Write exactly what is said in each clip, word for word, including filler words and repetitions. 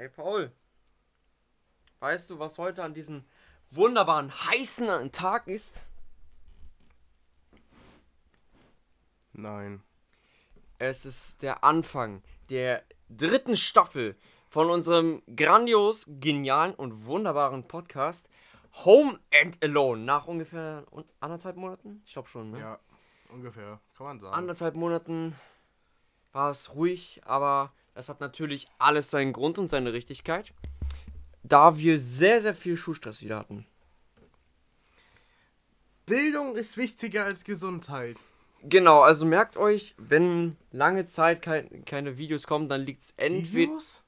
Hey Paul, weißt du, was heute an diesem wunderbaren, heißen Tag ist? Nein. Es ist der Anfang der dritten Staffel von unserem grandios, genialen und wunderbaren Podcast Home and Alone. Nach ungefähr anderthalb Monaten? Ich glaube schon, ne? Ja, ungefähr. Kann man sagen. Anderthalb Monaten war es ruhig, aber das hat natürlich alles seinen Grund und seine Richtigkeit, da wir sehr, sehr viel Schulstress wieder hatten. Bildung ist wichtiger als Gesundheit. Genau, also merkt euch, wenn lange Zeit kein, keine Videos kommen, dann liegt es entweder... Videos?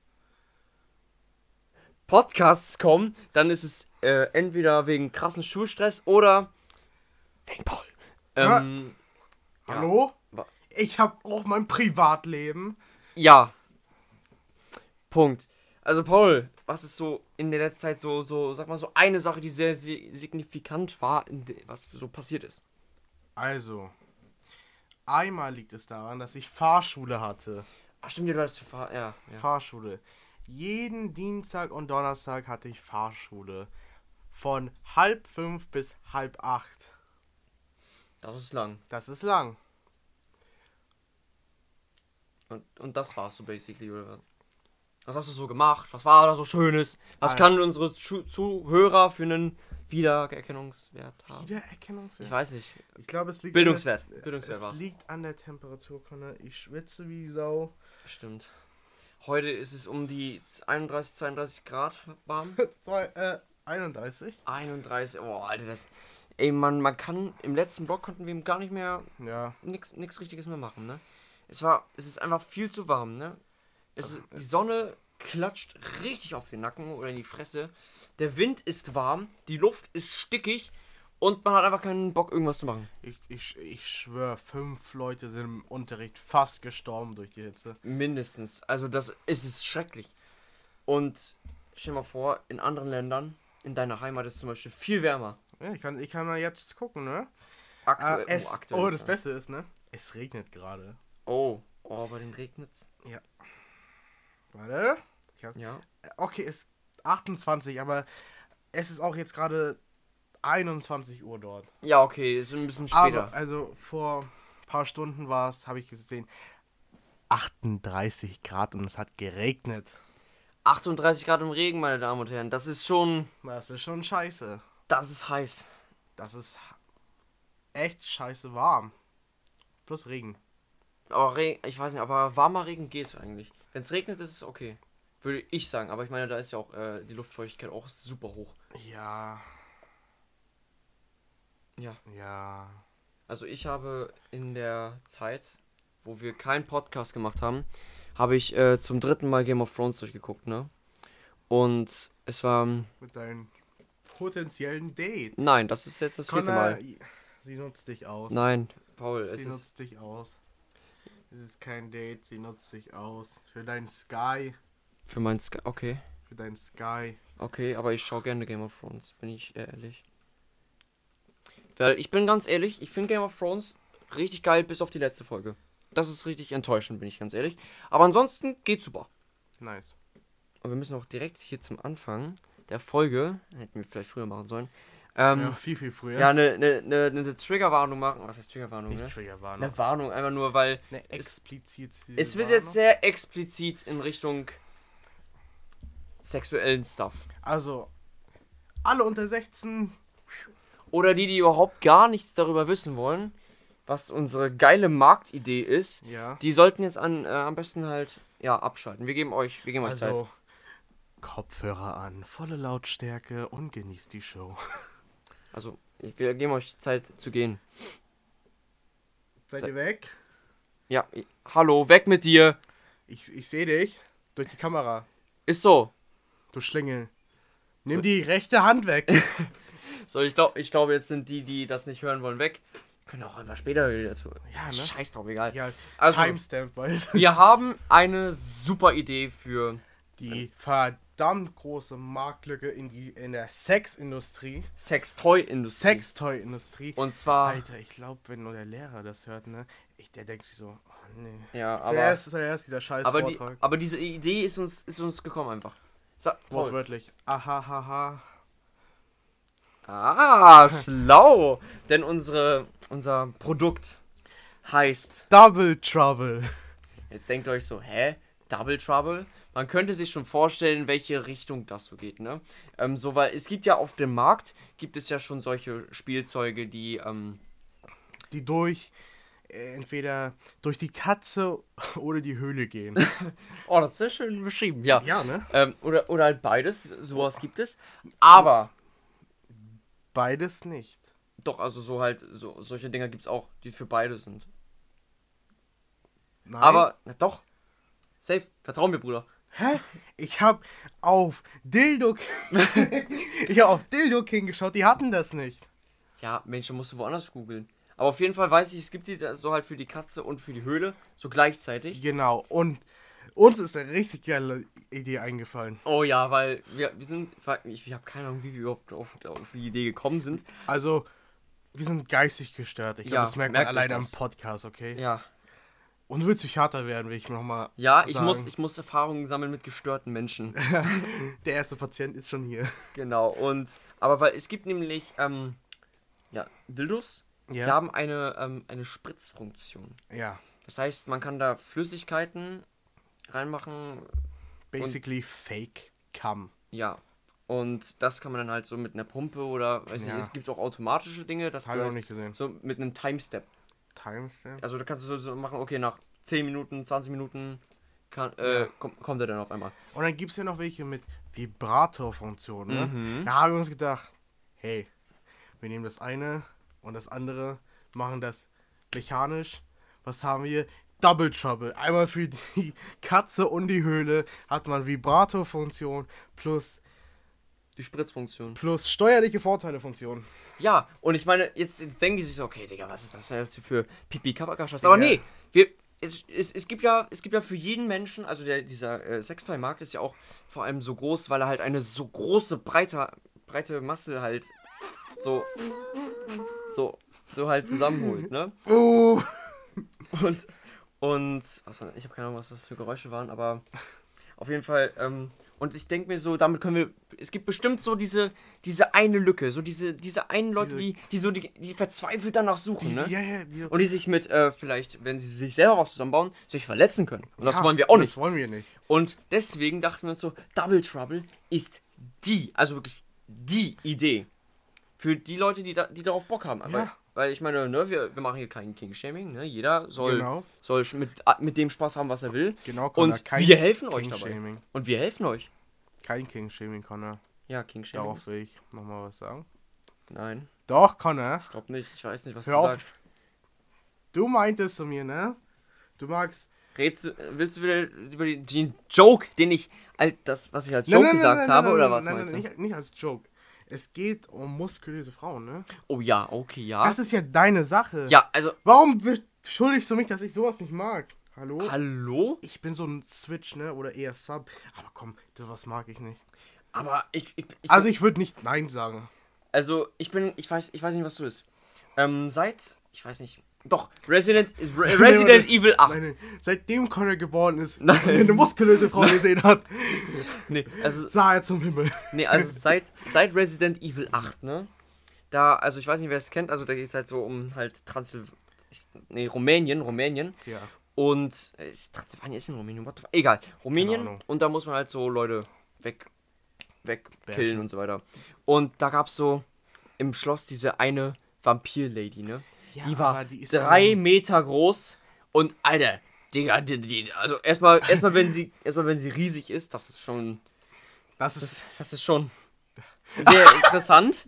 Podcasts kommen, dann ist es äh, entweder wegen krassen Schulstress oder wegen Paul. Ähm, ja. Hallo? Wa- Ich habe auch mein Privatleben. Ja. Punkt. Also Paul, was ist so in der letzten Zeit so, so, sag mal so eine Sache, die sehr, sehr signifikant war, in de- was so passiert ist? Also, einmal liegt es daran, dass ich Fahrschule hatte. Ach stimmt, du hast Fahr- ja, ja. Fahrschule. Jeden Dienstag und Donnerstag hatte ich Fahrschule. Von halb fünf bis halb acht. Das ist lang. Das ist lang. Und, und das war's so basically, oder was? Was hast du so gemacht? Was war da so Schönes? Was Alter. kann unsere Schu- Zuhörer für einen Wiedererkennungswert haben? Wiedererkennungswert? Ich weiß nicht. Ich glaube, es liegt Bildungswert. An der, Bildungswert es war's. liegt an der Temperatur, Connor. Ich schwitze wie Sau. Stimmt. Heute ist es um die einunddreißig, zweiunddreißig Grad warm. Zwei, äh, einunddreißig. einunddreißig, oh, Alter, das... Ey, man, man kann... Im letzten Block konnten wir gar nicht mehr... Ja. Nix, nix Richtiges mehr machen, ne? Es war... Es ist einfach viel zu warm, ne? Es Also, ist, die Sonne klatscht richtig auf den Nacken oder in die Fresse. Der Wind ist warm, die Luft ist stickig und man hat einfach keinen Bock, irgendwas zu machen. Ich, ich, ich schwöre, fünf Leute sind im Unterricht fast gestorben durch die Hitze. Mindestens. Also das ist es schrecklich. Und stell dir mal vor, in anderen Ländern, in deiner Heimat ist es zum Beispiel viel wärmer. Ja, ich kann, ich kann mal jetzt gucken, ne? Aktuell, Äh, es, oh, aktuell oh, das ja. Beste ist, ne? Es regnet gerade. Oh, oh, bei den regnet's. Warte. Ich has- Ja. Okay, es ist achtundzwanzig, aber es ist auch jetzt gerade einundzwanzig Uhr dort. Ja, okay, ist ein bisschen später. Aber, also vor ein paar Stunden war es, habe ich gesehen, achtunddreißig Grad und es hat geregnet. achtunddreißig Grad im Regen, meine Damen und Herren. Das ist schon, Das ist schon scheiße. das ist heiß. Das ist echt scheiße warm. Plus Regen. Aber Regen, ich weiß nicht, aber warmer Regen geht eigentlich. Wenn es regnet, ist es okay. Würde ich sagen. Aber ich meine, da ist ja auch äh, die Luftfeuchtigkeit auch super hoch. Ja, Ja. ja. Also ich habe in der Zeit, wo wir keinen Podcast gemacht haben, habe ich äh, zum dritten Mal Game of Thrones durchgeguckt, ne? Und es war... Mit deinem potenziellen Date. Nein, das ist jetzt das vierte Connor, Mal. sie nutzt dich aus. Nein, Paul, es Sie ist... nutzt dich aus. Es ist kein Date, sie nutzt dich aus. Für dein Sky. Für mein Sky... Okay. Für dein Sky. Okay, aber ich schaue gerne Game of Thrones, bin ich ehrlich. Weil ich bin ganz ehrlich, ich finde Game of Thrones richtig geil bis auf die letzte Folge. Das ist richtig enttäuschend, bin ich ganz ehrlich. Aber ansonsten geht's super. Nice. Und wir müssen auch direkt hier zum Anfang der Folge, hätten wir vielleicht früher machen sollen, ähm, Ja, viel, viel früher. ja, eine ne, ne, ne Triggerwarnung machen. Was heißt Triggerwarnung, Nicht ne? Triggerwarnung. Eine Warnung, einfach nur, weil Eine es- explizite es wird Warnung. jetzt sehr explizit in Richtung sexuellen Stuff. Also, alle unter sechzehn. Oder die, die überhaupt gar nichts darüber wissen wollen, was unsere geile Marktidee ist, Ja. die sollten jetzt an, äh, am besten halt, ja, abschalten. Wir geben euch, wir geben euch Zeit. Also, Kopfhörer an, volle Lautstärke und genießt die Show. Also, ich- wir geben euch Zeit zu gehen. Seid ihr weg? Ja, i- hallo, weg mit dir. Ich, ich sehe dich. Durch die Kamera. Ist so. Du Schlingel. Nimm die rechte Hand weg. So, ich glaube, ich glaube, jetzt sind die, die das nicht hören wollen, weg. Können auch einfach später wieder dazu. Ja, ne? Scheiß drauf, egal. Ja, Also- Timestamp, weißt du? Wir haben eine super Idee für Die verdammt große Marktlücke in, die, in der Sexindustrie. Sextoy-Industrie. Sextoy-Industrie. Und zwar, Alter, ich glaube, wenn nur der Lehrer das hört, ne? Ich, der denkt sich so, nee. Ja, aber... Zuerst, zuerst dieser scheiß aber, die, Vortrag. aber diese Idee ist uns, ist uns gekommen einfach. So, Paul. Wortwörtlich. Aha, haha. Ah, schlau. Denn unsere, unser Produkt heißt... Double Trouble. Jetzt denkt ihr euch so, hä? Double Trouble? Man könnte sich schon vorstellen, in welche Richtung das so geht, ne? Ähm, so, weil es gibt ja auf dem Markt, gibt es ja schon solche Spielzeuge, die, ähm... Die durch, äh, entweder durch die Katze oder die Höhle gehen. oh, das ist sehr schön beschrieben, ja. Ja, ne? Ähm, oder, oder halt beides, sowas gibt es. Aber... Beides nicht. Doch, also so halt, so, solche Dinger gibt es auch, die für beide sind. Nein. Aber, na doch. Safe, vertrau mir, Bruder. Hä? Ich hab auf Dildo... ich hab auf Dildo King geschaut, die hatten das nicht. Ja, Mensch, da musst du woanders googeln. Aber auf jeden Fall weiß ich, es gibt die da so halt für die Katze und für die Höhle, so gleichzeitig. Genau, und uns ist eine richtig geile Idee eingefallen. Oh ja, weil wir, wir sind, ich, ich habe keine Ahnung, wie wir überhaupt auf, auf die Idee gekommen sind. Also, wir sind geistig gestört. Ich glaube, Ja, das merkt man merkt euch alleine am das. Podcast, okay? Ja. Und will Psychiater werden, will ich nochmal Ja, ich sagen. muss, ich muss Erfahrungen sammeln mit gestörten Menschen. Der erste Patient ist schon hier. Genau, und, aber weil es gibt nämlich, ähm, ja, Dildos, Ja. die haben eine, ähm, eine Spritzfunktion. Ja. Das heißt, man kann da Flüssigkeiten reinmachen, Basically Fake Cum. ja. Und das kann man dann halt so mit einer Pumpe oder, weiß Ja. nicht, es gibt auch automatische Dinge, dass Habe du ich noch halt nicht gesehen. so mit einem Timestep. Timestamp? Also da kannst du so, so machen, okay, nach zehn Minuten, zwanzig Minuten kann, äh, Ja. komm, kommt er dann auf einmal. Und dann gibt es ja noch welche mit Vibrator-Funktion, ne? Mhm. Da haben wir uns gedacht, hey, wir nehmen das eine und das andere, machen das mechanisch. Was haben wir? Double Trouble. Einmal für die Katze und die Höhle hat man Vibrator-Funktion plus, Die Spritzfunktion. plus steuerliche Vorteile-Funktion. Ja, und ich meine, jetzt, jetzt denken die sich so, okay, Digga, was ist das denn jetzt für pipi kappa Aber nee, wir, es, es, es, gibt ja, es gibt ja für jeden Menschen, also der, dieser äh, Sextoy-Markt ist ja auch vor allem so groß, weil er halt eine so große, breite, breite Masse halt so, so, so halt zusammenholt, ne? Oh. Und, und, also ich habe keine Ahnung, was das für Geräusche waren, aber auf jeden Fall, ähm, und ich denke mir so, damit können wir, es gibt bestimmt so diese, diese eine Lücke, so diese, diese einen Leute, Diese- die, die so, die, die verzweifelt danach suchen, Die, ne? die, ja, ja, die, Und die sich mit, äh, vielleicht, wenn sie sich selber was zusammenbauen, sich verletzen können. Und das ja, wollen wir auch nicht. Das wollen wir nicht. Und deswegen dachten wir uns so, Double Trouble ist die, also wirklich die Idee. Für die Leute, die, da, die darauf Bock haben. Aber, Ja. Weil ich meine, ne, wir, wir machen hier kein King-Shaming, ne? Jeder soll, Genau. soll mit, mit dem Spaß haben, was er will. Genau, Connor, Und kein wir helfen euch dabei. King-Shaming. Und wir helfen euch. Kein King-Shaming, Connor. Ja, King-Shaming. Darauf will ich nochmal was sagen. Nein, Doch, Connor. ich glaube nicht. Ich weiß nicht, was Hör du auf. sagst. Du meintest zu mir, ne? Du magst... Redst du, willst du wieder über den, den Joke, den ich, als, das, was ich als Joke gesagt habe, oder was nein, meinst nein, du? Nicht, nicht als Joke. Es geht um muskulöse Frauen, ne? Oh ja, okay, ja. Das ist ja deine Sache. Ja, also, Warum beschuldigst du mich, dass ich sowas nicht mag? Hallo? hallo? Ich bin so ein Switch, ne? Oder eher Sub. Aber komm, sowas mag ich nicht. Aber ich, ich, ich Also ich würde nicht Nein sagen. also ich bin, ich weiß, ich weiß nicht, was du bist. Ähm, seit, ich weiß nicht, doch, Resident, Re Resident Nee, Evil acht. Nein, nein. Seitdem Connor geboren ist Nein. und eine muskulöse Frau gesehen hat, Nee, also, sah er zum Himmel. nee, also seit, seit Resident Evil acht, ne? Da, also ich weiß nicht, wer es kennt, also da geht es halt so um halt Transsil... Nee, Rumänien, Rumänien. Ja. Und, äh, ist, Transsilvanien ist in Rumänien, what the fuck? Egal, Rumänien. Ahnung. Und da muss man halt so Leute weg, wegkillen Bashen. und so weiter. Und da gab's so im Schloss diese eine Vampir-Lady, ne? Ja, die war aber die ist drei ja- Meter groß und, Alter, Digga, die, die, also erstmal, erstmal wenn sie, erstmal wenn sie riesig ist, das ist schon, Das ist... das, das ist schon sehr interessant.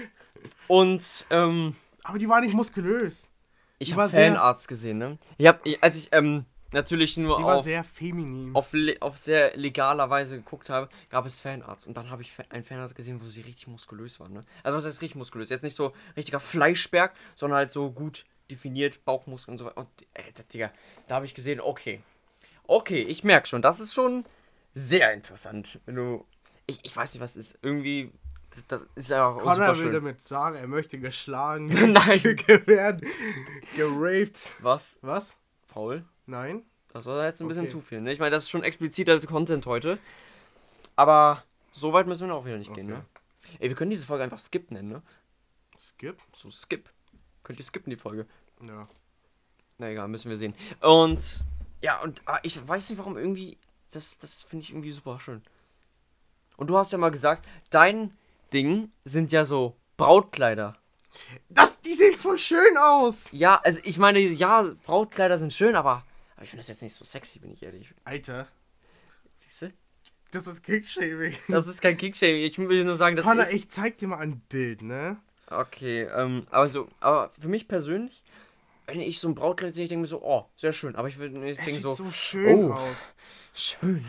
Und, ähm, Aber die war nicht muskulös. ich Die habe war sehr- Fanarts gesehen, ne? Ich hab, als ich, ähm, natürlich nur Die war auf, sehr feminin. auf, le- auf sehr legaler Weise geguckt habe, gab es Fanarts. Und dann habe ich fa- einen Fanart gesehen, wo sie richtig muskulös waren, ne? Also was heißt richtig muskulös? Jetzt nicht so richtiger Fleischberg, sondern halt so gut definiert, Bauchmuskeln und so weiter. Und, ey, das, Digga, da habe ich gesehen, okay. Okay, ich merke schon, das ist schon sehr interessant. Wenn du, ich, ich weiß nicht, was ist. Irgendwie, das, das ist ja auch super Connor will schön. damit sagen, er möchte geschlagen Nein. werden, geraped. Was? Was? Faul? Nein. Das war jetzt ein bisschen Okay. zu viel, ne? Ich meine, das ist schon expliziter Content heute. Aber so weit müssen wir auch wieder nicht gehen, Okay. ne? Ey, wir können diese Folge einfach Skip nennen, ne? Skip? So Skip. Könnt ihr skippen, die Folge? Ja. Na egal, müssen wir sehen. Und, ja, und ah, ich weiß nicht, warum irgendwie, das, das finde ich irgendwie super schön. Und du hast ja mal gesagt, dein Ding sind ja so Brautkleider. Das, die sehen voll schön aus. Ja, also ich meine, ja, Brautkleider sind schön, aber, aber ich finde das jetzt nicht so sexy, bin ich ehrlich. Alter, Siehst du? das ist Kickshaming. Das ist kein Kickshaming, ich will nur sagen, dass Connor, ich... ich zeig dir mal ein Bild, ne? Okay, ähm, aber so, aber für mich persönlich, wenn ich so ein Brautkleid sehe, ich denke mir so, oh, sehr schön, aber ich, will- ich Es denke sieht so, so, schön oh. aus. schön.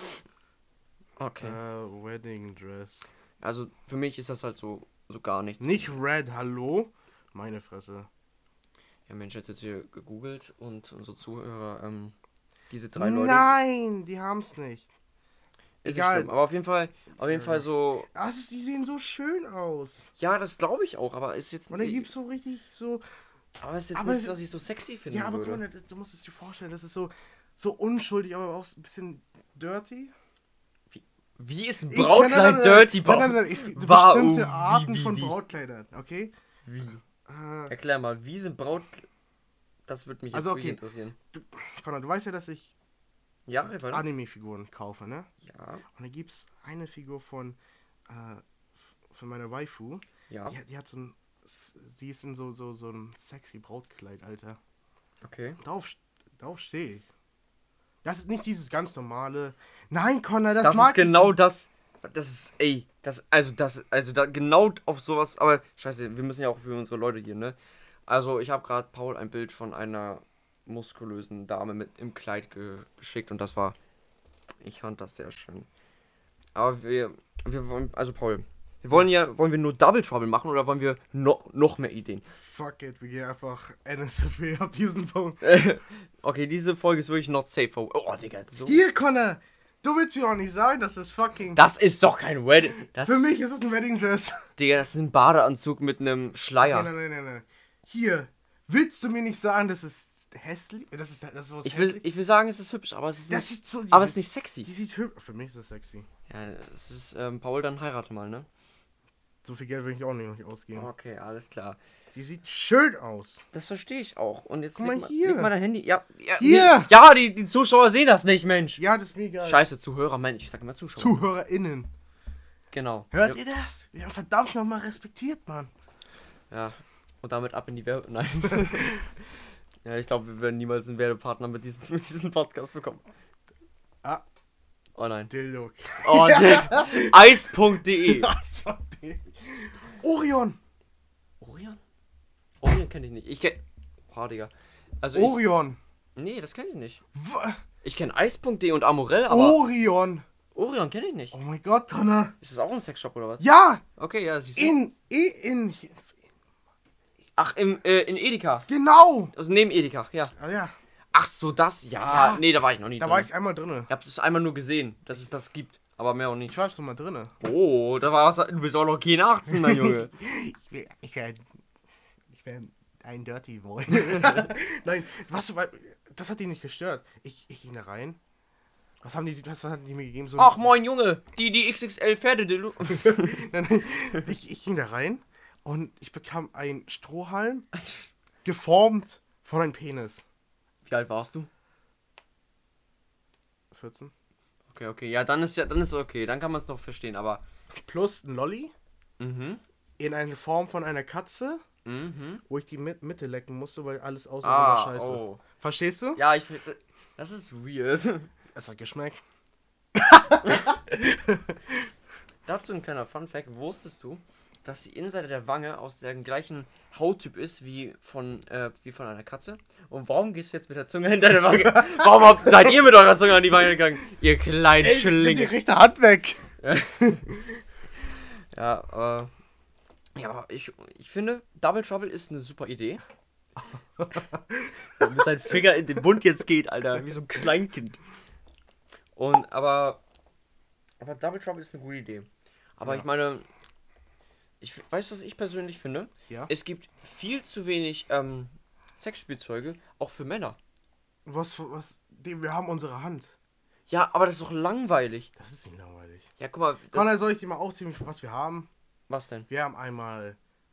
Okay, Äh, Wedding Dress. also für mich ist das halt so, so gar nichts. Nicht Red, hallo? Meine Fresse. Ja, Mensch, hat jetzt hier gegoogelt und unsere Zuhörer, ähm, diese drei Leute, Nein, die haben's nicht. ist nicht egal. schlimm, aber auf jeden Fall, auf jeden Fall so, Das ist, die sehen so schön aus. ja, das glaube ich auch, aber ist jetzt Und da gibt's so richtig so. aber ist jetzt aber nicht, es- was ich so sexy finde Ja, aber würde. guck mal, das- du musst es dir vorstellen, das ist so, so unschuldig, aber auch ein bisschen dirty. Wie ist ein Ich- nein, Brautkleid nein, nein, dirty? Nein, nein, nein, es gibt Wa- bestimmte oh, Arten wie, von wie? Brautkleidern, okay? Wie? Äh, Erklär mal, wie sind Braut... Das würde mich jetzt Also, wirklich okay. interessieren. Connor, du weißt ja, dass ich Ja, red weiter. Anime-Figuren kaufe, ne? Ja, Und da gibt's eine Figur von, äh, f- von meiner Waifu. ja, Die, hat- die hat so ein, sie ist in so, so, so ein sexy Brautkleid, Alter. okay. Darauf, darauf stehe ich. Das ist nicht dieses ganz normale. Nein, Connor, das, Das, mag ist genau das... Das ist, ey, das, also das, also da, genau auf sowas, aber scheiße, wir müssen ja auch für unsere Leute hier, ne? Also ich habe gerade Paul ein Bild von einer muskulösen Dame mit im Kleid ge geschickt und das war, ich fand das sehr schön. Aber wir, wir wollen, also Paul, wir wollen ja, wollen wir nur Double Trouble machen oder wollen wir noch, noch mehr Ideen? ich. Fuck it, wir gehen einfach N S F W ab diesem Punkt. Okay, diese Folge ist wirklich not safe for, oh Digga, so. Hier, Connor! Du willst mir auch nicht sagen, dass das fucking. Das ist doch kein Wedding, das, Für mich ist es ein Wedding Dress. Digga, das ist ein Badeanzug mit einem Schleier. Nein, nein, nein, nein, nein. Hier, willst du mir nicht sagen, das ist hässlich? Das ist, das ist was Ich will, hässlich. ich will sagen, es ist hübsch, aber es ist Das nicht, sieht so. Die aber es ist sieht, nicht sexy. Die sieht hübsch. Für mich ist das sexy. Ja, es ist, ähm, Paul, dann heirate mal, ne? So viel Geld will ich auch nicht, nicht ausgeben. Okay, alles klar. Die sieht schön aus. Das verstehe ich auch. Und jetzt Guck mal leg, mal, hier. leg mal dein Handy. Ja, ja, Hier. Die, ja die, die Zuschauer sehen das nicht, Mensch. Ja, das ist mir egal. Scheiße, Zuhörer, Mensch, ich sag immer Zuschauer. ZuhörerInnen. Genau. Hört ja, ihr das? Wir haben verdammt nochmal respektiert, Mann. ja. Und damit ab in die Werbung. Nein. Ja, ich glaube, wir werden niemals einen Werbepartner mit diesem, mit diesem Podcast bekommen. Ah. Oh nein. Dildo. Oh, der eis punkt de. Das war die- Orion. Orion? Orion kenne ich nicht. Ich kenne. Oh, Digga. Also ich. Orion. Nee, das kenne ich nicht. W- Ich kenne eis punkt de und Amorell, aber Orion. Orion kenne ich nicht. Oh mein Gott, Connor. Ist das auch ein Sexshop oder was? Ja, Okay, ja, siehst du. in, in, in, Ach, im, äh, in Edeka. genau. Also neben Edeka, ja. Ah ja, Ach so, das, ja. Ja. Nee, da war ich noch nie da drin. war ich einmal drinne. Ich hab das einmal nur gesehen, dass es das gibt. Aber mehr auch nicht. Ich war schon mal drinne. Oh, da war was. Du bist auch noch kein achtzehn, mein Junge. Ich wär, ich wär, ich wär ein Dirty Boy. Nein, was, weil- das hat die nicht gestört. Ich, ich ging da rein. Was haben die, was, was hatten die mir gegeben? So Ach, moin, Junge. Die, die X X L Pferde, du. Nein, nein, ich, ich ging da rein und ich bekam einen Strohhalm geformt von einem Penis. Wie alt warst du? vierzehn. Okay, okay. Ja, dann ist ja, dann ist okay. Dann kann man es noch verstehen, aber. Plus ein Lolli Mhm. in eine Form von einer Katze, Mhm. wo ich die mit Mitte lecken musste, weil alles außen Ah, war scheiße. oh. Verstehst du? Ja, ich finde. Das ist weird. Es hat geschmeckt. Dazu ein kleiner Funfact. Wusstest du, dass die Innenseite der Wange aus dem gleichen Hauttyp ist wie von, äh, wie von einer Katze? Und warum gehst du jetzt mit der Zunge hinter der Wange? Warum habt, seid ihr mit eurer Zunge an die Wange gegangen? Ihr kleinen Ey, nimm die Schlinge. rechte Hand weg! Ja, äh, ja, aber ich, ich finde, Double Trouble ist eine super Idee. So, mit seinem Finger in den Mund jetzt geht, Alter, wie so ein Kleinkind. Und, aber, aber Double Trouble ist eine gute Idee. Aber Ja. ich meine, ich weißt du, was ich persönlich finde? Ja. Es gibt viel zu wenig ähm, Sexspielzeuge, auch für Männer. Was, was, die, wir haben unsere Hand. Ja, aber das ist doch langweilig. Das ist nicht langweilig. Ja, guck mal. das- Connor, soll ich dir mal aufziehen, was wir haben? Was denn? Wir haben einmal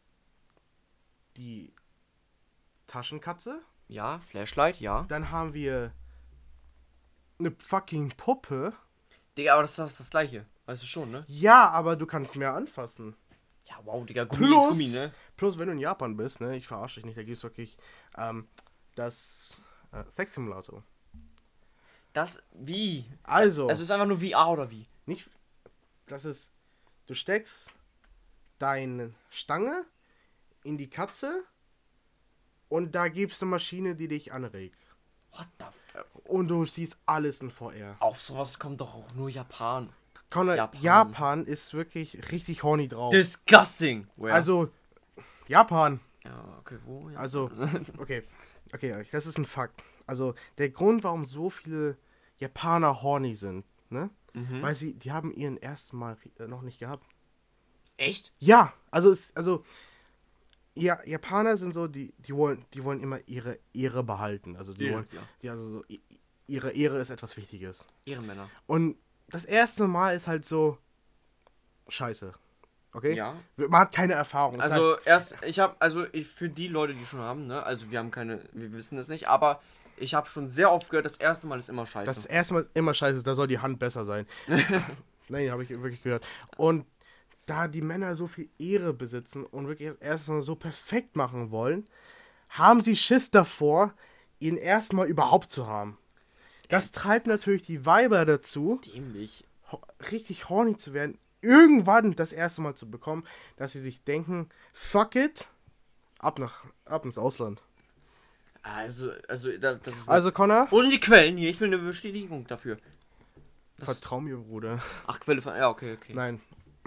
die Taschenkatze. Ja, Flashlight, ja. Dann haben wir eine fucking Puppe. Digga, aber das ist das, das gleiche. Weißt du schon, ne? Ja, aber du kannst mehr anfassen. Ja, wow, Digga, Gummi Plus, ist Gummi, ne? plus, wenn du in Japan bist, ne, ich verarsche dich nicht, da gibt es wirklich ähm, das äh, Sex-Simulator. Das, wie? Also, Also ist einfach nur V R oder wie? nicht, das ist, du steckst deine Stange in die Katze und da gibt's eine Maschine, die dich anregt. What the fuck? Und du siehst alles in V R. Auf sowas kommt doch auch nur Japan. Connor, Japan. Japan. ist wirklich richtig horny drauf. Disgusting. Where? Also, Japan. Ja, okay, wo? Ja. Also, okay. Okay, das ist ein Fakt. Also, der Grund, warum so viele Japaner horny sind, ne? Mhm. Weil sie, die haben ihren ersten Mal äh, noch nicht gehabt. Echt? Ja, also, es, also, ja, Japaner sind so, die, die wollen, die wollen immer ihre Ehre behalten. Also, die Ehre, wollen, ja. die also so, i- ihre Ehre ist etwas Wichtiges. Ehrenmänner. Und das erste Mal ist halt so, scheiße. Okay? Ja. Man hat keine Erfahrung. Es ist halt, Also erst, ich habe, also ich, für die Leute, die schon haben, ne, also wir haben keine, wir wissen das nicht, aber ich habe schon sehr oft gehört, das erste Mal ist immer scheiße. das erste Mal ist immer scheiße, da soll die Hand besser sein. Nein, habe ich wirklich gehört. Und da die Männer so viel Ehre besitzen und wirklich das erste Mal so perfekt machen wollen, haben sie Schiss davor, ihn erstmal überhaupt zu haben. Das treibt natürlich die Weiber dazu, Dämlich. ho- richtig horny zu werden, irgendwann das erste Mal zu bekommen, dass sie sich denken, fuck it, ab, nach, ab ins Ausland. Also, also, das, das ist. Also Connor, Wo sind die Quellen hier? Ich will eine Bestätigung dafür. Das- vertrau mir, Bruder. Ach, Quelle von. Ja, okay, okay. Nein.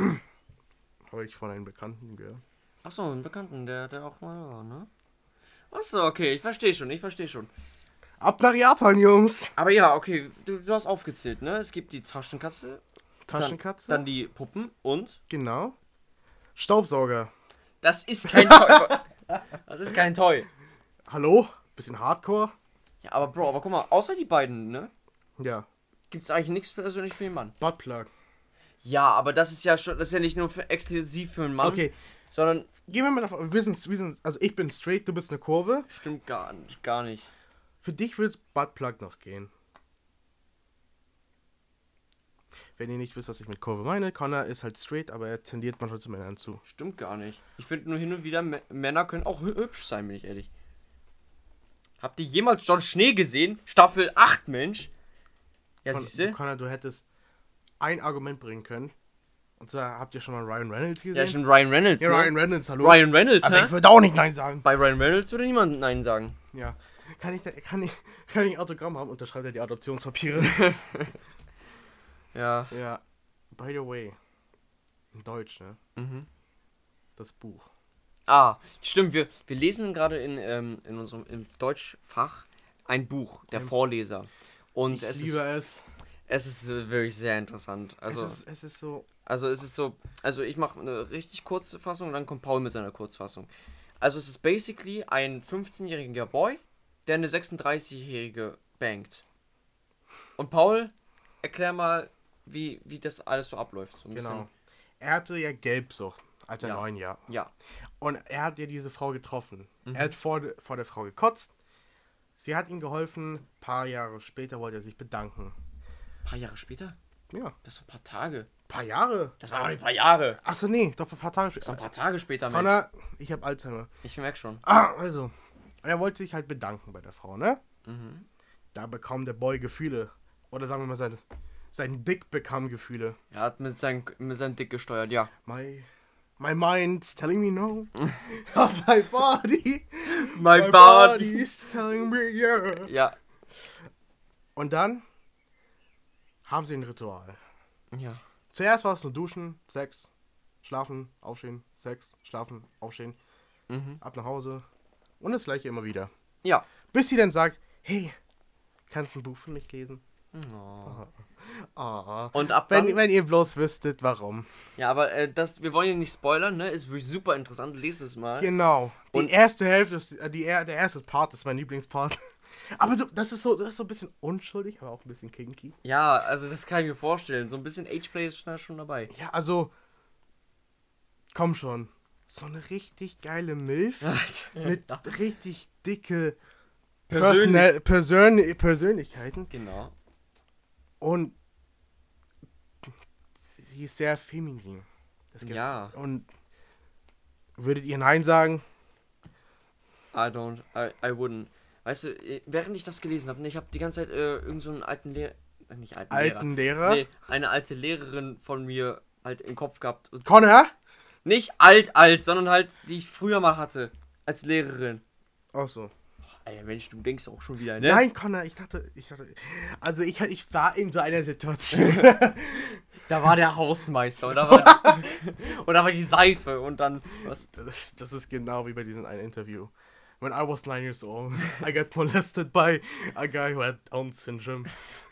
Habe ich von einem Bekannten gehört. Achso, einen Bekannten, der, der auch mal war, ne? Achso, okay, ich verstehe schon, ich verstehe schon. Ab nach Japan, Jungs. Aber ja, okay, du, du hast aufgezählt, ne? Es gibt die Taschenkatze, Taschenkatze. dann die Puppen und. Genau. Staubsauger. Das ist kein Toy. Das ist kein Toy. Hallo? Bisschen Hardcore? Ja, aber Bro, aber guck mal, außer die beiden, ne? Ja. Gibt's eigentlich nichts persönlich für den Mann. Buttplug. Ja, aber das ist ja schon, das ist ja nicht nur für, exklusiv für einen Mann. Okay. Sondern. Gehen wir mal davon, wir sind, wir sind, also ich bin straight, du bist eine Kurve. Stimmt gar nicht, gar nicht. Für dich wird's Buttplug noch gehen. Wenn ihr nicht wisst, was ich mit Kurve meine, Connor ist halt straight, aber er tendiert manchmal zu Männern zu. Stimmt gar nicht. Ich finde nur hin und wieder, M- Männer können auch hü- hübsch sein, bin ich ehrlich. Habt ihr jemals John Schnee gesehen? Staffel acht, Mensch. Ja, Con- siehst du? Connor, du hättest ein Argument bringen können. Und zwar, habt ihr schon mal Ryan Reynolds gesehen? Ja, schon Ryan Reynolds, Ja, ne? Ryan Reynolds, hallo. Ryan Reynolds, Also hä? ich würde auch nicht Nein sagen. Bei Ryan Reynolds würde niemand Nein sagen. Ja. Kann ich, da- kann ich, kann ich ein Autogramm haben? Unterschreibt er die Adoptionspapiere. Ja. Ja. By the way. In Deutsch, ne? Mhm. Das Buch. Ah, stimmt, wir, wir lesen gerade in, ähm, in unserem im Deutschfach ein Buch, der Ein- Vorleser. Und Ich es ist, liebe es. es ist äh, wirklich sehr interessant. Also, es, ist, es ist so. also es ist so, also ich mache eine richtig kurze Fassung und dann kommt Paul mit seiner Kurzfassung. Also es ist basically ein fünfzehnjähriger Boy, der eine sechsunddreißigjährige bangt. Und Paul, erklär mal, wie, wie das alles so abläuft. So ein Genau. Er hatte ja Gelbsucht, als er Ja. neun Jahre. Bisschen. Ja. Und er hat ja diese Frau getroffen. Mhm. Er hat vor, de- vor der Frau gekotzt. Sie hat ihm geholfen. Ein paar Jahre später wollte er sich bedanken. Ein paar Jahre später? Ja. Das sind ein paar Tage. Ein paar Jahre? Das waren doch nicht ein paar Jahre. Achso, nee, doch ein paar Tage Das sind später. ein paar Tage später, Mensch. Connor, ich habe Alzheimer. Ich merk schon. Ah, also. Und er wollte sich halt bedanken bei der Frau, ne? Mhm. Da bekam der Boy Gefühle. Oder sagen wir mal, sein, sein Dick bekam Gefühle. Er hat mit, seinem mit seinem Dick gesteuert, ja. My, my mind's telling me no. Of my body. Mein body's telling me yeah. Ja. Und dann haben sie ein Ritual. Ja. Zuerst war es nur Duschen, Sex, Schlafen, Aufstehen, Sex, Schlafen, Aufstehen, Mhm. ab nach Hause. Und das gleiche immer wieder. Ja. Bis sie dann sagt, hey, kannst du ein Buch für mich lesen? Oh. Oh. Und ab dann, Wenn, wenn ihr bloß wüsstet, warum. ja, aber äh, das, wir wollen ja nicht spoilern, ne? Ist wirklich super interessant. Lest es mal. Genau. Die Und- erste Hälfte, ist, äh, die, er- der erste Part ist mein Lieblingspart. Aber du, das ist so, das ist so ein bisschen unschuldig, aber auch ein bisschen kinky. Ja, also das kann ich mir vorstellen. So ein bisschen Ageplay ist da schon dabei. Ja, also, komm schon. So eine richtig geile Milf mit Ja. richtig dicke Persönlich. Persönlich Persön Persönlichkeiten. Genau. Und sie ist sehr feminin. Das gibt- Ja. Und würdet ihr Nein sagen? I don't, I, I wouldn't. Weißt du, äh, während ich das gelesen habe, ich habe die ganze Zeit äh, irgend so einen alten Lehrer, äh, nicht alten, Alten Lehrer, Lehrer? nee, eine alte Lehrerin von mir halt im Kopf gehabt. Und Connor? nicht alt, alt, sondern halt, die ich früher mal hatte, als Lehrerin. Ach so. Alter, Mensch, du denkst auch schon wieder, ne? Nein, Connor, ich dachte, ich dachte, also ich, ich war in so einer Situation. Da war der Hausmeister und da war, und da war die Seife und dann, was? Das, das ist genau wie bei diesem einen Interview. When I was nine years old, I got molested by a guy who had Down syndrome.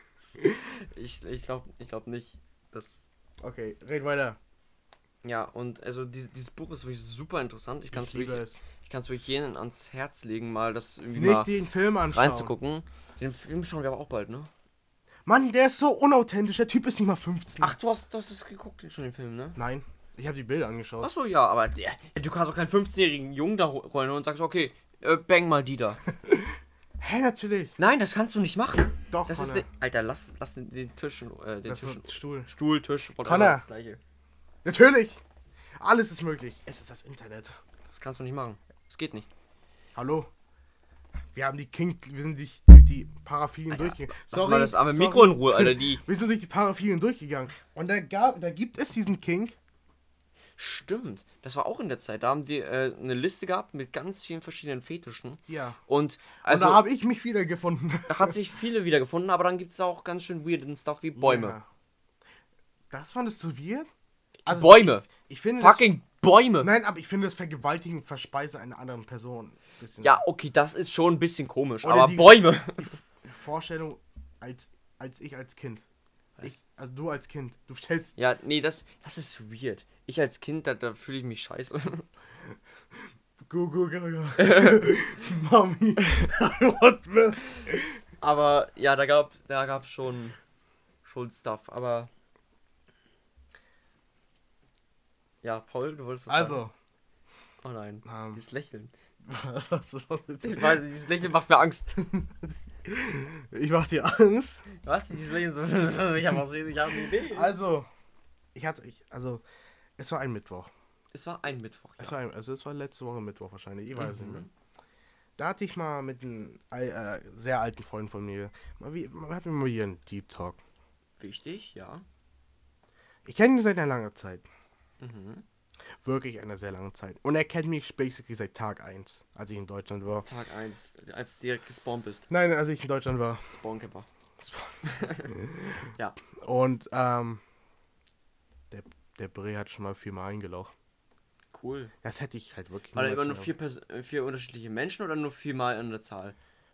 Ich, ich glaube ich glaub nicht, dass... Okay, red weiter. Ja, und also dieses, dieses Buch ist wirklich super interessant. Ich kann es Ich liebe wirklich, es. ich kann's wirklich jedem ans Herz legen, mal das irgendwie Nicht mal den Film anschauen. reinzugucken. Den Film schauen wir aber auch bald, ne? Mann, der ist so unauthentisch. Der Typ ist nicht mal fünfzehn. Ach, du hast, du hast das geguckt, schon den Film, ne? Nein, ich habe die Bilder angeschaut. Achso, ja, aber der, du kannst doch keinen fünfzehnjährigen Jungen da rollen und sagst, okay, äh, bang mal die da. Hä, natürlich. Nein, das kannst du nicht machen. Doch, Das ist Connor. ne, Alter, lass, lass den, den Tisch, äh, den Das Tisch, ist ein Stuhl. Stuhl, Tisch, whatever, Connor. das gleiche. Natürlich. Alles ist möglich. Es ist das Internet. Das kannst du nicht machen. Das geht nicht. Hallo. Wir haben die King, wir sind durch durch die Paraphilien Alter, durchgegangen. Lass mal das arme sorry. Mikro in Ruhe, Alter, die... Wir sind durch die Paraphilien durchgegangen. Und da, gab, da gibt es diesen King. Stimmt, das war auch in der Zeit. Da haben wir äh, eine Liste gehabt mit ganz vielen verschiedenen Fetischen. Ja. Und Also, also und da habe ich mich wiedergefunden. da hat sich viele wiedergefunden, aber dann gibt es auch ganz schön weirden Stuff wie Bäume. Ja. Das fandest du weird? Also Bäume. Ich, ich finde Fucking Bäume. Das, nein, aber ich finde das Vergewaltigen, Verspeise einer anderen Person. Bisschen. Ja, okay, das ist schon ein bisschen komisch, Oder aber die- Bäume. Die F- Vorstellung als, als ich als Kind. Ich, also du als Kind. Du stellst. Ja, nee, das, das ist weird. Ich als Kind, da, da fühle ich mich scheiße. Go, go, go, go. Mami. What the- Aber ja, da gab da gab's schon schon Stuff, aber ja, Paul, du wolltest was Also. sagen? Oh nein, Ähm, dieses Lächeln. was, was jetzt? Ich weiß, dieses Lächeln macht mir Angst. Ich mach dir Angst. Was? Dieses Lächeln so. Ich habe was, ich habe eine Idee. Also. Ich hatte. Ich, also. Es war ein Mittwoch. Es war ein Mittwoch, Es ja. war ein, also es war letzte Woche Mittwoch wahrscheinlich. Ich weiß Mhm. nicht mehr. Da hatte ich mal mit einem äh, sehr alten Freund von mir. Mal wie, man hatten wir mal hier einen Deep Talk. Wichtig, ja. Ich kenne ihn seit einer langen Zeit. Mhm. Wirklich einer sehr langen Zeit. Und er kennt mich basically seit Tag eins, als ich in Deutschland war. Tag eins, als du direkt gespawnt bist. Nein, als ich in Deutschland war. Spawncamper. Ja. Und, ähm, der, der Bre hat schon mal viermal eingelocht. Cool. Das hätte ich halt wirklich War da immer niemals nur vier, gemacht. Pers äh, vier unterschiedliche Menschen oder nur viermal in der Zahl?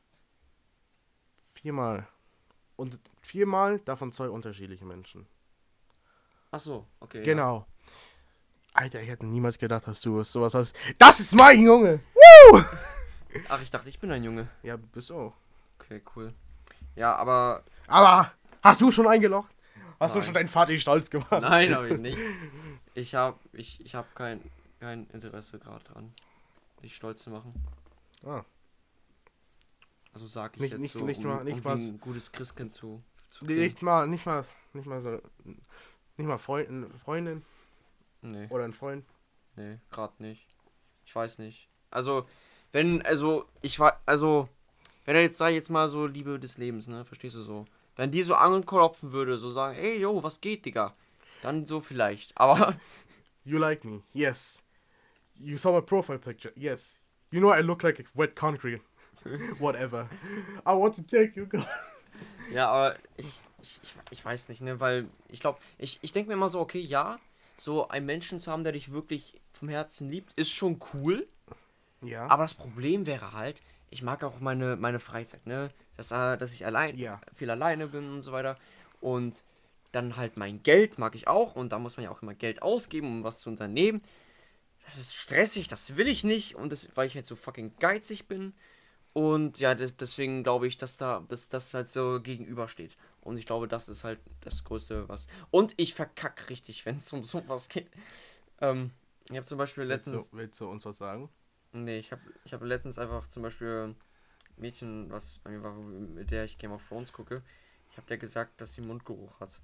Viermal. Und viermal, davon zwei unterschiedliche Menschen. Ach so, okay. Ja. Genau. Alter, ich hätte niemals gedacht, dass du es sowas hast. Das ist mein Junge! Woo! Ach, ich dachte, ich bin ein Junge. Ja, bist du auch. Okay, cool. Ja, aber Aber, hast du schon eingelocht? Hast Nein. du schon deinen Vater stolz gemacht? nein, habe ich nicht. Ich habe ich, ich hab kein, kein Interesse gerade dran, dich stolz zu machen. Ah. Also sag ich Nicht- jetzt nicht- so, nicht um, mal- nicht um mal- wie ein gutes Christkind zu, zu Nee, klingen. Nicht mal, nicht mal, nicht mal so, nicht mal Freund, Freundin Nee, oder ein Freund. nee, gerade nicht. Ich weiß nicht. Also, wenn, also, ich war, also, wenn er jetzt, sag ich jetzt mal so Liebe des Lebens, ne, verstehst du so? Wenn die so anklopfen würde, so sagen, ey, yo, was geht, Digga? Dann so vielleicht. Aber, You like me? Yes. You saw my profile picture? Yes. You know I look like wet concrete. Whatever. I want to take you. ja, aber ich, ich, ich, ich weiß nicht, ne, weil ich glaube, ich, ich denke mir immer so, okay, ja, so einen Menschen zu haben, der dich wirklich vom Herzen liebt, ist schon cool. Ja. Aber das Problem wäre halt, ich mag auch meine, meine Freizeit, ne? Dass, äh, dass ich allein, Ja. viel alleine bin und so weiter. Und dann halt mein Geld mag ich auch. Und da muss man ja auch immer Geld ausgeben, um was zu unternehmen. Das ist stressig, das will ich nicht. Und das, weil ich halt so fucking geizig bin. Und ja, das, deswegen glaube ich, dass da, dass das halt so gegenübersteht. Und ich glaube, das ist halt das Größte, was. Und ich verkack richtig, wenn es um sowas geht. Ähm, ich habe zum Beispiel letztens. Willst du, willst du uns was sagen? Nee, ich habe ich hab letztens einfach zum Beispiel ein Mädchen, was bei mir war, mit der ich Game of Thrones gucke. Ich habe der gesagt, dass sie Mundgeruch hat.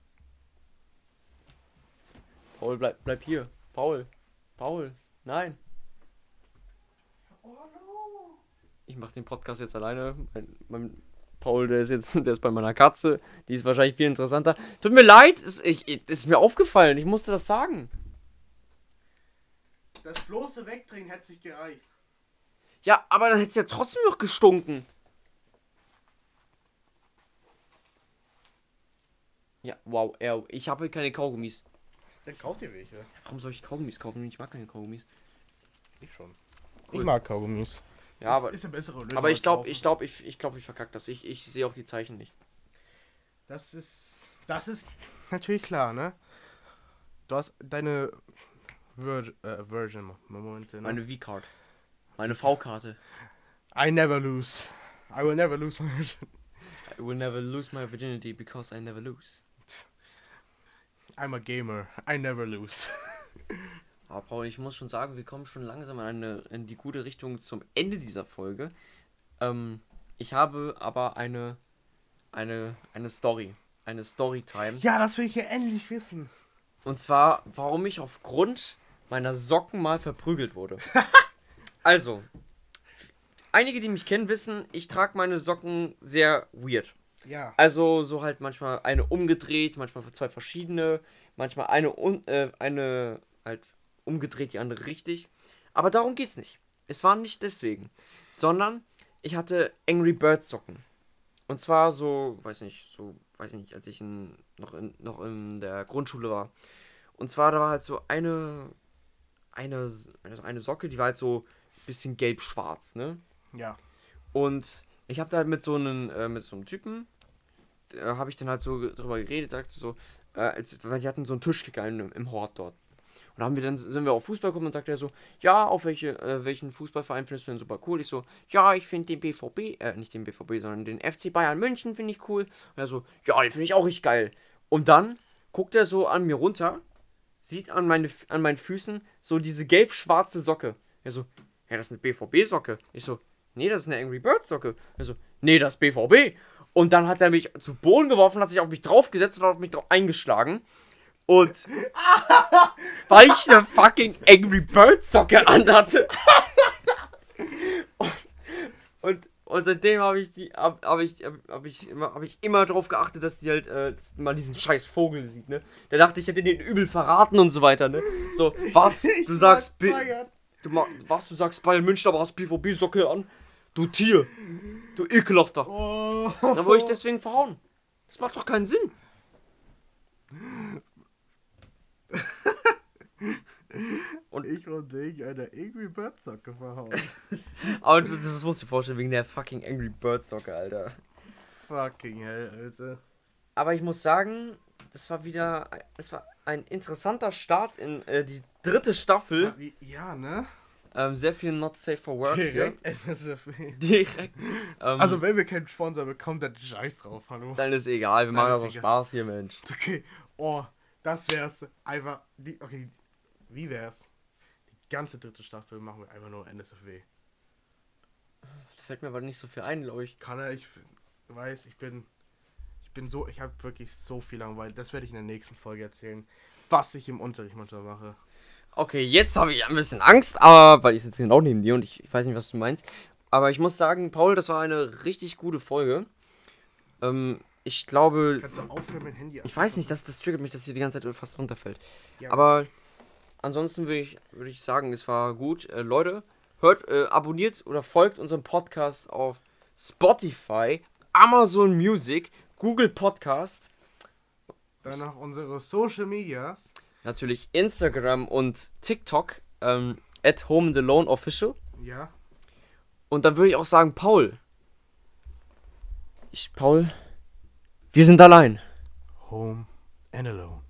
Paul, bleib, bleib hier. Paul. Paul. Nein. Oh no. Ich mache den Podcast jetzt alleine. Mein, mein Paul, der ist jetzt, der ist bei meiner Katze. Die ist wahrscheinlich viel interessanter. Tut mir leid, ist, ich, ist mir aufgefallen. Ich musste das sagen. Das bloße Wegdringen hätte sich gereicht. Ja, aber dann hätte es ja trotzdem noch gestunken. Ja, wow, er, ich habe keine Kaugummis. Dann kauft ihr welche. Warum soll ich Kaugummis kaufen? Ich mag keine Kaugummis. Ich schon. Cool. Ich mag Kaugummis. Ja, aber, ist eine bessere Lösung. aber ich als glaube, kaufen. ich glaube, ich, ich glaube, ich verkack das. Ich, ich sehe auch die Zeichen nicht. Das ist. Das ist natürlich klar, ne? Du hast deine Virgin, äh, Virgin Momente, ne? Meine V-Card. Meine V-Karte. I never lose. I will never lose my virgin. I will never lose my virginity because I never lose. I'm a gamer. I never lose. Aber Paul, ich muss schon sagen, wir kommen schon langsam in, eine, in die gute Richtung zum Ende dieser Folge. Ähm, ich habe aber eine, eine, eine Story. Eine Storytime. Ja, das will ich ja endlich wissen. Und zwar, warum ich aufgrund meiner Socken mal verprügelt wurde. Also, einige, die mich kennen, wissen, ich trage meine Socken sehr weird. Ja. Also so halt manchmal eine umgedreht, manchmal zwei verschiedene, manchmal eine, un, äh, eine halt umgedreht, die andere richtig. Aber darum geht's nicht. Es war nicht deswegen, sondern ich hatte Angry Birds Socken. Und zwar so, weiß nicht, so, weiß ich nicht, als ich in, noch, in, noch in der Grundschule war. Und zwar, da war halt so eine, eine, also eine Socke, die war halt so ein bisschen gelb-schwarz, ne? Ja. Und ich habe da halt mit so einem, äh, mit so einem Typen, da habe ich dann halt so drüber geredet, sagte so, äh, als, weil die hatten so einen Tischkicker im, im Hort dort. Und da haben wir dann, sind wir auf Fußball gekommen und sagt er so, ja, auf welche, äh, welchen Fußballverein findest du denn super cool? Ich so, ja, ich finde den B V B, äh, nicht den B V B, sondern den F C Bayern München finde ich cool. Und er so, ja, den finde ich auch richtig geil. Und dann guckt er so an mir runter, sieht an, meine, an meinen Füßen so diese gelb-schwarze Socke. Er so, ja, das ist eine B V B-Socke. Ich so, nee, das ist eine Angry Birds Socke. Er so, nee, das ist B V B. Und dann hat er mich zu Boden geworfen, hat sich auf mich draufgesetzt und hat auf mich drauf eingeschlagen. Und weil ich eine fucking Angry Birds Socke anhatte. und, und, und seitdem habe ich die, habe hab ich, habe ich immer, habe ich immer darauf geachtet, dass die halt, äh, dass man diesen scheiß Vogel sieht, ne? Da dachte ich, hätte den übel verraten und so weiter, ne? So, was? Du sagst, B- du, ma- was? Du sagst Bayern München, aber hast B V B Socke an? Du Tier. Du ekelhafter. Oh. Da wurde ich deswegen verhauen. Das macht doch keinen Sinn. Und ich und wegen einer Angry Bird Socke verhauen. Aber das, das musst du dir vorstellen, wegen der fucking Angry Bird Socke, Alter. Fucking hell, Alter. Aber ich muss sagen, das war wieder, es war ein interessanter Start in äh, die dritte Staffel. Ja, wie, ja ne? Ähm, sehr viel Not Safe for Work. Direkt N S F W. Direkt. Ähm, Also wenn wir keinen Sponsor bekommen, dann scheiß drauf, hallo. Dann ist egal, wir Dann machen ist das auch egal. Spaß hier, Mensch. Okay, oh, das wär's einfach, die, okay, wie wär's? Die ganze dritte Staffel machen wir einfach nur N S F W. Da fällt mir aber nicht so viel ein, glaube ich. Kann er, ich weiß, ich bin, ich bin so, ich habe wirklich so viel Langeweile. Das werde ich in der nächsten Folge erzählen, was ich im Unterricht manchmal mache. Okay, jetzt habe ich ein bisschen Angst, aber weil ich sitze genau neben dir und ich, ich weiß nicht, was du meinst. Aber ich muss sagen, Paul, das war eine richtig gute Folge. Ähm, ich glaube... Kannst du aufhören, mein Handy Ich weiß nicht, das, das triggert mich, dass hier die ganze Zeit fast runterfällt. Ja. Aber ansonsten würde ich, würd ich sagen, es war gut. Äh, Leute, hört, äh, abonniert oder folgt unserem Podcast auf Spotify, Amazon Music, Google Podcast, Dann noch unsere Social Medias. natürlich Instagram und TikTok, ähm, at Home and Alone Official. Ja. Und dann würde ich auch sagen, Paul. Ich, Paul, wir sind allein. Home and Alone.